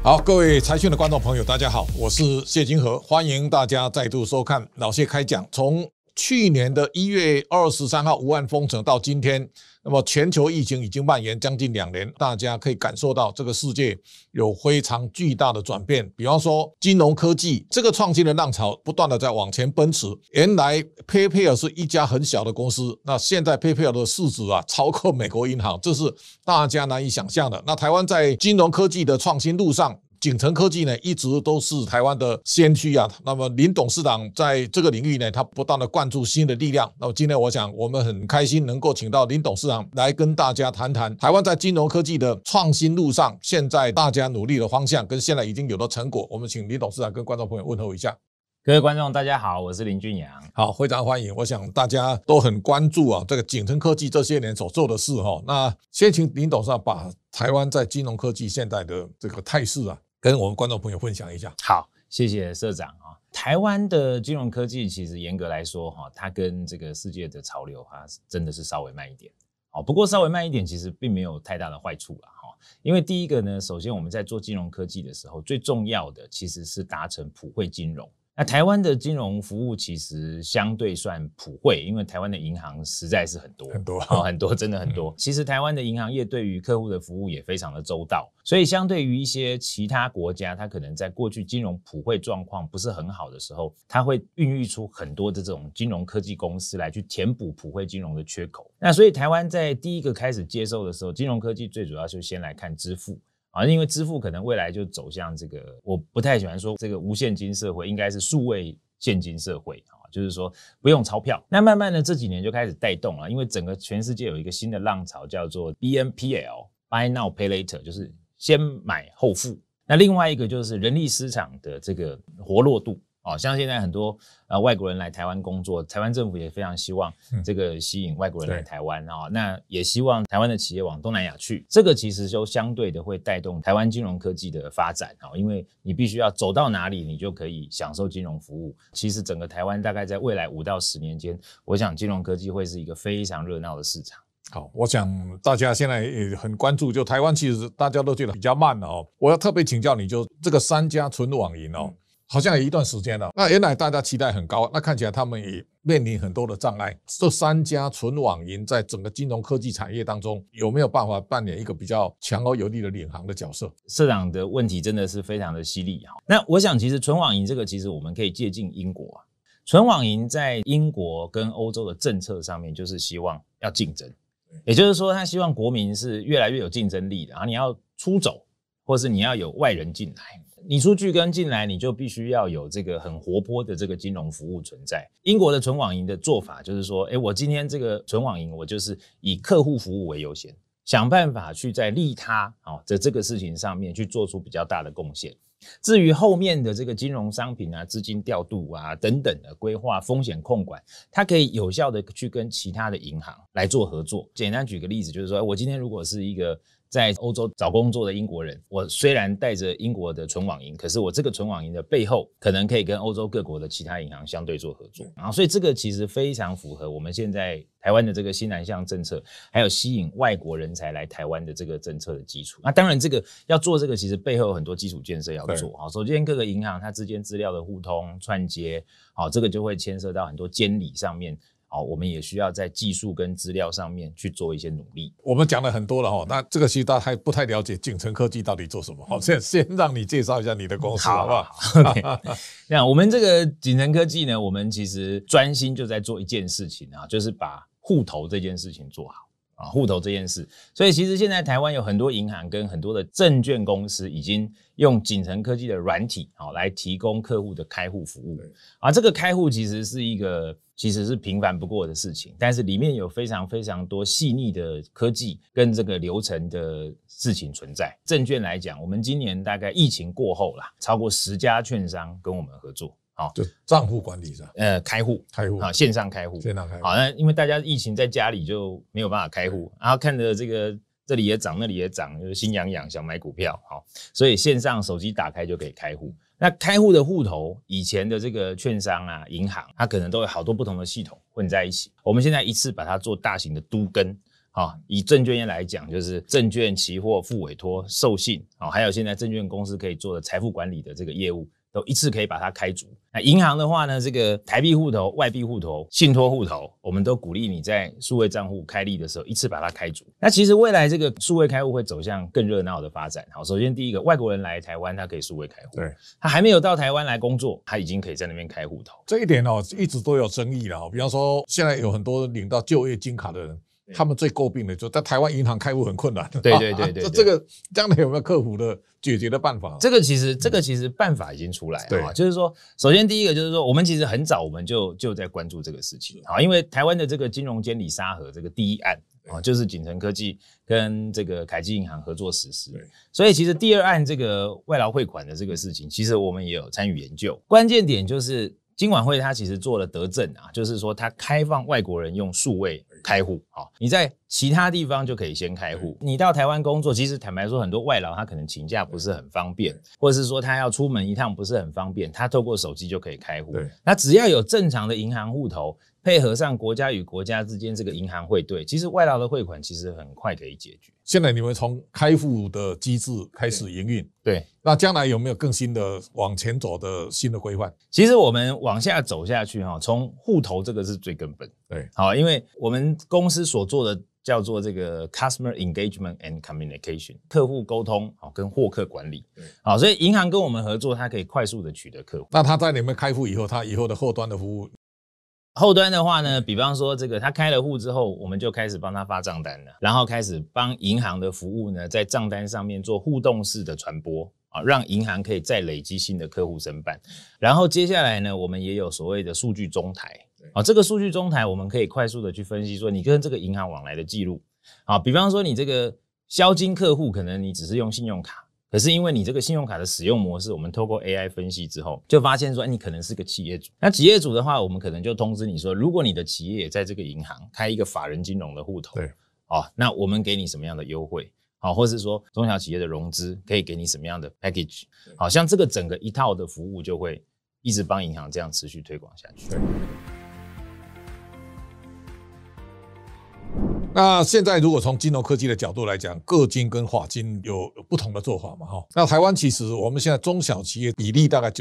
好，各位财讯的观众朋友，大家好，我是谢金河，欢迎大家再度收看老谢开讲。从去年的1月23号武汉封城到今天，那么全球疫情已经蔓延将近2年，大家可以感受到这个世界有非常巨大的转变。比方说金融科技这个创新的浪潮不断的在往前奔驰。原来 PayPal 是一家很小的公司，那现在 PayPal 的市值超过美国银行，这是大家难以想象的。那台湾在金融科技的创新路上，景诚科技呢一直都是台湾的先驱啊。那么林董事长在这个领域呢，他不断的灌注新的力量。那么今天我想我们很开心能够请到林董事长来跟大家谈谈台湾在金融科技的创新路上，现在大家努力的方向跟现在已经有的成果。我们请林董事长跟观众朋友问候一下。 各位观众大家好，我是林俊阳。 好，非常欢迎。我想大家都很关注这个景诚科技这些年所做的事。那先请林董事长把台湾在金融科技现在的这个态势跟我们观众朋友分享一下。 好，谢谢社长。台湾的金融科技其实严格来说它跟这个世界的潮流真的是稍微慢一点。不过稍微慢一点其实并没有太大的坏处啦。因为第一个呢，首先我们在做金融科技的时候，最重要的其实是达成普惠金融。那台湾的金融服务其实相对算普惠，因为台湾的银行实在是很多，真的很多。其实台湾的银行业对于客户的服务也非常的周到，所以相对于一些其他国家，它可能在过去金融普惠状况不是很好的时候，它会孕育出很多的这种金融科技公司来去填补普惠金融的缺口。那所以台湾在第一个开始接受的时候，金融科技最主要就先来看支付。因为支付可能未来就走向这个，我不太喜欢说这个无现金社会，应该是数位现金社会，就是说不用钞票。那慢慢的这几年就开始带动了，因为整个全世界有一个新的浪潮叫做 BNPL Buy Now Pay Later， 就是先买后付。那另外一个就是人力市场的这个活络度。像现在很多外国人来台湾工作，台湾政府也非常希望这个吸引外国人来台湾那也希望台湾的企业往东南亚去，这个其实就相对的会带动台湾金融科技的发展因为你必须要走到哪里，你就可以享受金融服务。其实整个台湾大概在未来5到10年间，我想金融科技会是一个非常热闹的市场。 好，我想大家现在也很关注，就台湾其实大家都觉得比较慢了我要特别请教你，就这个3家纯网银好像有一段时间了，那原来大家期待很高，那看起来他们也面临很多的障碍。这3家纯网银在整个金融科技产业当中，有没有办法扮演一个比较强而有力的领航的角色？ 社长的问题真的是非常的犀利。那我想其实纯网银这个其实我们可以借鉴英国纯网银在英国跟欧洲的政策上面就是希望要竞争，也就是说他希望国民是越来越有竞争力的，然后你要出走或是你要有外人进来，你出去跟进来，你就必须要有这个很活泼的这个金融服务存在。英国的纯网银的做法就是说，我今天这个纯网银，我就是以客户服务为优先，想办法去在利他在这个事情上面去做出比较大的贡献。至于后面的这个金融商品资金调度等等的规划、风险控管，它可以有效的去跟其他的银行来做合作。简单举个例子，就是说我今天如果是一个在欧洲找工作的英国人，我虽然带着英国的纯网银，可是我这个纯网银的背后可能可以跟欧洲各国的其他银行相对做合作所以这个其实非常符合我们现在台湾的这个新南向政策，还有吸引外国人才来台湾的这个政策的基础。那当然这个要做这个其实背后有很多基础建设要做首先各个银行它之间资料的互通串接这个就会牵涉到很多监理上面我们也需要在技术跟资料上面去做一些努力。 我们讲了很多了那这个其实大家还不太了解景诚科技到底做什么先让你介绍一下你的公司好不好 ？OK， 那我们这个景诚科技呢，我们其实专心就在做一件事情就是把户头这件事情做好。户头这件事，所以其实现在台湾有很多银行跟很多的证券公司已经用景诚科技的软体来提供客户的开户服务这个开户其实是一个其实是平凡不过的事情，但是里面有非常非常多细腻的科技跟这个流程的事情存在。证券来讲，我们今年大概疫情过后超过10家券商跟我们合作就账户管理上开户线上开户那因为大家疫情在家里就没有办法开户，然后看着这里也涨那里也涨，就是心痒痒想买股票所以线上手机打开就可以开户。那开户的户头，以前的这个券商银行它可能都有好多不同的系统混在一起，我们现在一次把它做大型的都更好，以证券业来讲，就是证券、期货、附委托、授信，还有现在证券公司可以做的财富管理的这个业务，都一次可以把它开足。那银行的话呢，这个台币户头、外币户头、信托户头，我们都鼓励你在数位账户开立的时候一次把它开足。那其实未来这个数位开户会走向更热闹的发展。好，首先第一个，外国人来台湾，他可以数位开户， 对， 他还没有到台湾来工作，他已经可以在那边开户头。 这一点一直都有争议了。比方说，现在有很多领到就业金卡的人，他们最诟病的就是在台湾银行开户很困难。 对， 这个将来有没有克服的解决的办法？ 这个其实办法已经出来了。对，就是说，首先第一个就是说，我们其实很早我们就在关注这个事情。好，因为台湾的这个金融监理沙盒这个第一案就是锦城科技跟这个凯基银行合作实施。所以其实第二案这个外劳汇款的这个事情，其实我们也有参与研究。关键点就是金管会它其实做了德政啊，就是说它开放外国人用数位开户，你在其他地方就可以先开户。你到台湾工作，其实坦白说，很多外劳他可能请假不是很方便，或者是说他要出门一趟不是很方便，他透过手机就可以开户。那只要有正常的银行户头，配合上国家与国家之间这个银行汇兑，其实外劳的汇款其实很快可以解决。 现在你们从开户的机制开始营运， 对， 那将来有没有更新的往前走的新的规范？ 其实我们往下走下去，从户头这个是最根本。 对， 好，因为我们公司所做的叫做这个 Customer Engagement and Communication， 客户沟通跟获客管理。好，所以银行跟我们合作，它可以快速的取得客户。 那他在你们开户以后，他以后的后端的服务？ 后端的话呢，比方说这个他开了户之后，我们就开始帮他发账单了，然后开始帮银行的服务呢，在账单上面做互动式的传播让银行可以再累积新的客户申办。然后接下来呢，我们也有所谓的数据中台这个数据中台我们可以快速的去分析说你跟这个银行往来的记录比方说你这个销金客户可能你只是用信用卡，可是因为你这个信用卡的使用模式，我们透过 AI 分析之后，就发现说你可能是个企业主。那企业主的话，我们可能就通知你说，如果你的企业也在这个银行开一个法人金融的户头，对，那我们给你什么样的优惠？或是说中小企业的融资可以给你什么样的 package？ 好像这个整个一套的服务就会一直帮银行这样持续推广下去。 那现在如果从金融科技的角度来讲，个金跟华金有不同的做法嘛？那台湾其实我们现在中小企业比例大概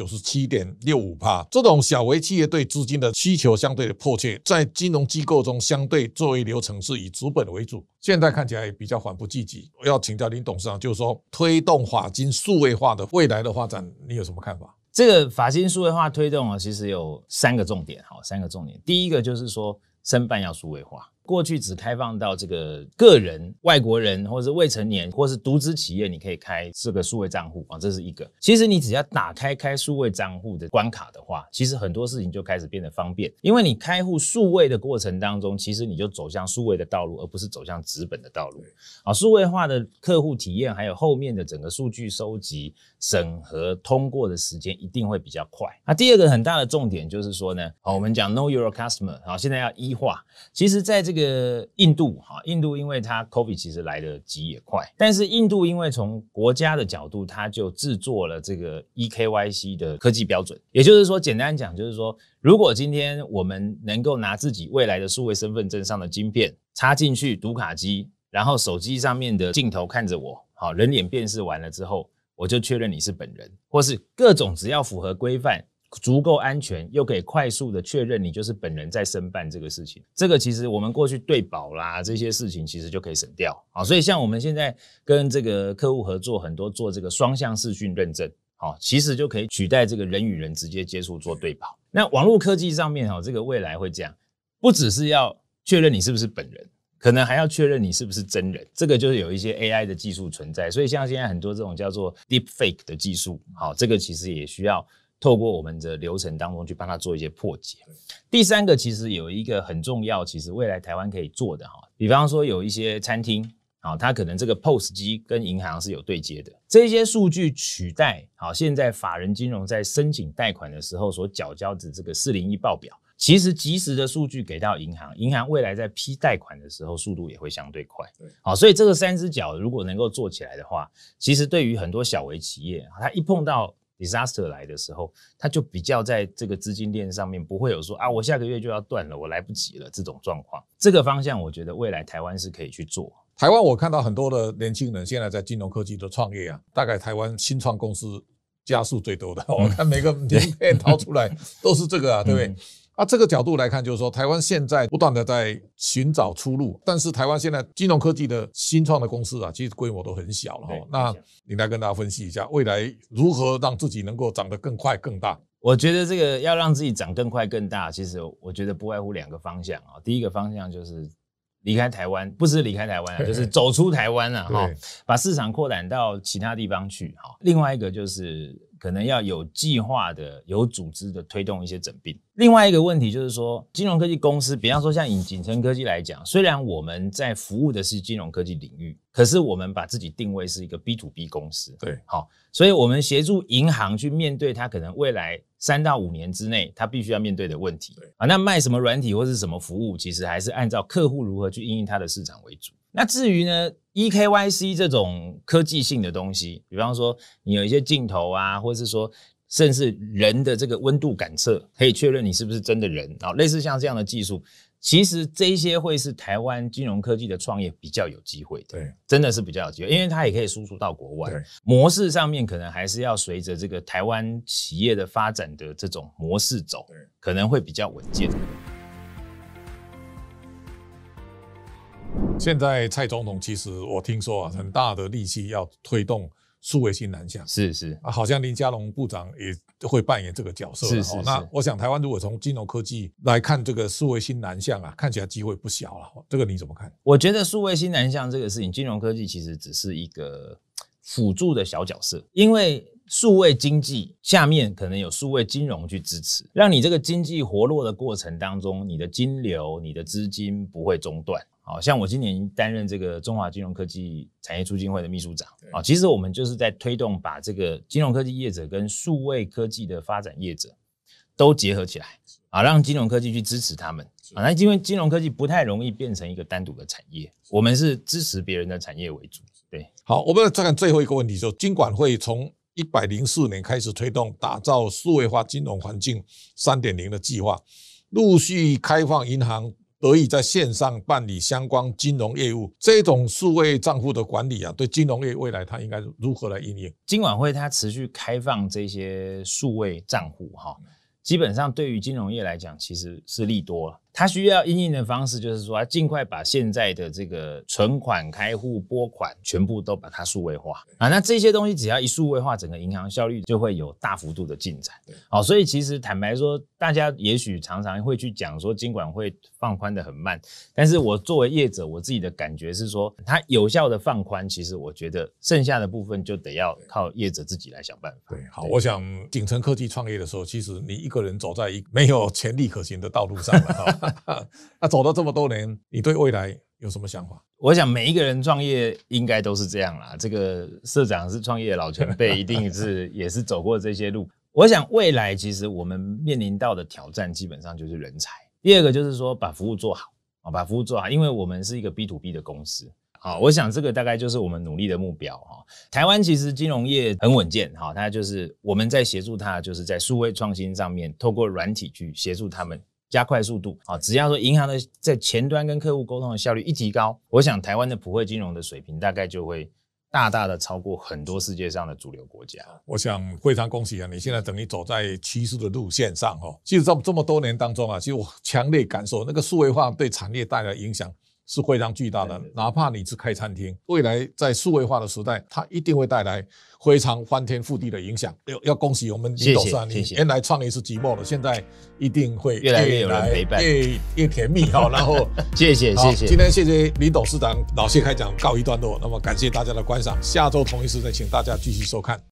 97.65%， 这种小微企业对资金的需求相对的迫切，在金融机构中相对作为流程是以资本为主，现在看起来比较缓不济急。我要请教林董事长，就是说推动华金数位化的未来的发展，你有什么看法？ 这个法金数位化推动其实有3个重点。第一个就是说申办要数位化。过去只开放到这个个人、外国人或是未成年或是独资企业，你可以开这个数位账户这是一个。其实你只要打开数位账户的关卡的话，其实很多事情就开始变得方便，因为你开户数位的过程当中，其实你就走向数位的道路，而不是走向纸本的道路。数位化的客户体验还有后面的整个数据收集、审核、通过的时间一定会比较快。那第二个很大的重点就是说呢，我们讲 Know Your Customer， 现在要E化。其实在这个印度因为它 COVID 其实来得急也快，但是印度因为从国家的角度，它就制作了这个 EKYC 的科技标准。也就是说，简单讲就是说，如果今天我们能够拿自己未来的数位身份证上的晶片插进去读卡机，然后手机上面的镜头看着我，人脸辨识完了之后，我就确认你是本人，或是各种只要符合规范、足够安全，又可以快速的确认你就是本人在申办这个事情。这个其实我们过去对保啦这些事情其实就可以省掉。所以像我们现在跟这个客户合作，很多做这个双向视讯认证，其实就可以取代这个人与人直接接触做对保。那网络科技上面这个未来会这样，不只是要确认你是不是本人，可能还要确认你是不是真人，这个就是有一些 AI 的技术存在。所以像现在很多这种叫做 Deepfake 的技术，这个其实也需要透过我们的流程当中去帮他做一些破解。第3个其实有一个很重要，其实未来台湾可以做的，比方说有一些餐厅，它可能这个 POS 机跟银行是有对接的，这些数据取代现在法人金融在申请贷款的时候所缴交的这个401报表，其实及时的数据给到银行，银行未来在批贷款的时候速度也会相对快。所以这个3只脚如果能够做起来的话，其实对于很多小微企业，它一碰到 disaster 来的时候，它就比较在这个资金链上面不会有说啊，我下个月就要断了，我来不及了这种状况。这个方向，我觉得未来台湾是可以去做。 台湾我看到很多的年轻人现在在金融科技的创业啊，大概台湾新创公司家数最多的，我看每个名片掏出来都是这个啊，对不对？这个角度来看，就是说台湾现在不断的在寻找出路，但是台湾现在金融科技的新创的公司啊，其实规模都很小了。那你来跟大家分析一下，未来如何让自己能够长得更快更大？ 我觉得这个要让自己长更快更大，其实我觉得不外乎2个方向啊。第一个方向就是离开台湾，不是离开台湾啊，就是走出台湾啊，把市场扩展到其他地方去。另外一个就是可能要有计划的、有组织的推动一些整并。另外一个问题就是说，金融科技公司，比方说像以景诚科技来讲，虽然我们在服务的是金融科技领域，可是我们把自己定位是一个 B2B 公司。 对， 所以我们协助银行去面对它可能未来3到5年之内它必须要面对的问题。那卖什么软体或是什么服务，其实还是按照客户如何去因应它的市场为主。那至于呢 EKYC 这种科技性的东西，比方说你有一些镜头啊，或是说甚至人的这个温度感测，可以确认你是不是真的人，类似像这样的技术，其实这一些会是台湾金融科技的创业比较有机会的。对，真的是比较有机会，因为它也可以输出到国外。模式上面可能还是要随着这个台湾企业的发展的这种模式走，可能会比较稳健。 现在蔡总统其实我听说啊，很大的力气要推动数位新南向， 是好像林佳龙部长也会扮演这个角色。 是那我想台湾如果从金融科技来看这个数位新南向啊，看起来机会不小了。这个你怎么看？ 我觉得数位新南向这个事情，金融科技其实只是一个辅助的小角色，因为数位经济下面可能有数位金融去支持，让你这个经济活络的过程当中，你的金流、你的资金不会中断。像我今年担任这个中华金融科技产业促进会的秘书长，其实我们就是在推动把这个金融科技业者跟数位科技的发展业者都结合起来，让金融科技去支持他们。那因为金融科技不太容易变成一个单独的产业，我们是支持别人的产业为主。对， 好，我们再看最后一个问题，就是金管会从104年开始推动打造数位化金融环境 3.0 的计划，陆续开放银行得以在线上办理相关金融业务，这种数位账户的管理啊，对金融业未来它应该如何来应用？ 金管会它持续开放这些数位账户基本上对于金融业来讲其实是利多了。它需要因应的方式就是说，尽快把现在的这个存款、开户、拨款全部都把它数位化那这些东西只要一数位化，整个银行效率就会有大幅度的进展。所以其实坦白说，大家也许常常会去讲说金管会放宽的很慢，但是我作为业者，我自己的感觉是说，它有效的放宽，其实我觉得剩下的部分就得要靠业者自己来想办法。 对，好，我想景诚科技创业的时候，其实你一个人走在一个没有潜力可行的道路上了那走了这么多年，你对未来有什么想法？ 我想每一个人创业应该都是这样啦。这个社长是创业的老前辈，一定是也是走过这些路。我想未来其实我们面临到的挑战基本上就是人才。第二个就是说把服务做好，把服务做好，因为我们是一个 B2B 的公司。我想这个大概就是我们努力的目标。台湾其实金融业很稳健，它就是我们在协助它，就是在数位创新上面，透过软体去协助他们加快速度。只要说银行的在前端跟客户沟通的效率一提高，我想台湾的普惠金融的水平大概就会大大的超过很多世界上的主流国家。 我想非常恭喜你现在等于走在趋势的路线上。其实这么多年当中其实我强烈感受那个数位化对产业带来的影响是非常巨大的，哪怕你是开餐厅，未来在数位化的时代，它一定会带来非常翻天覆地的影响。要恭喜我们林董事长，你原来创业是寂寞的，现在一定会越来越有人陪伴， 越甜蜜。然后谢谢。 今天谢谢林董事长老谢开讲告一段落，那么感谢大家的观赏，下周同一时间请大家继续收看。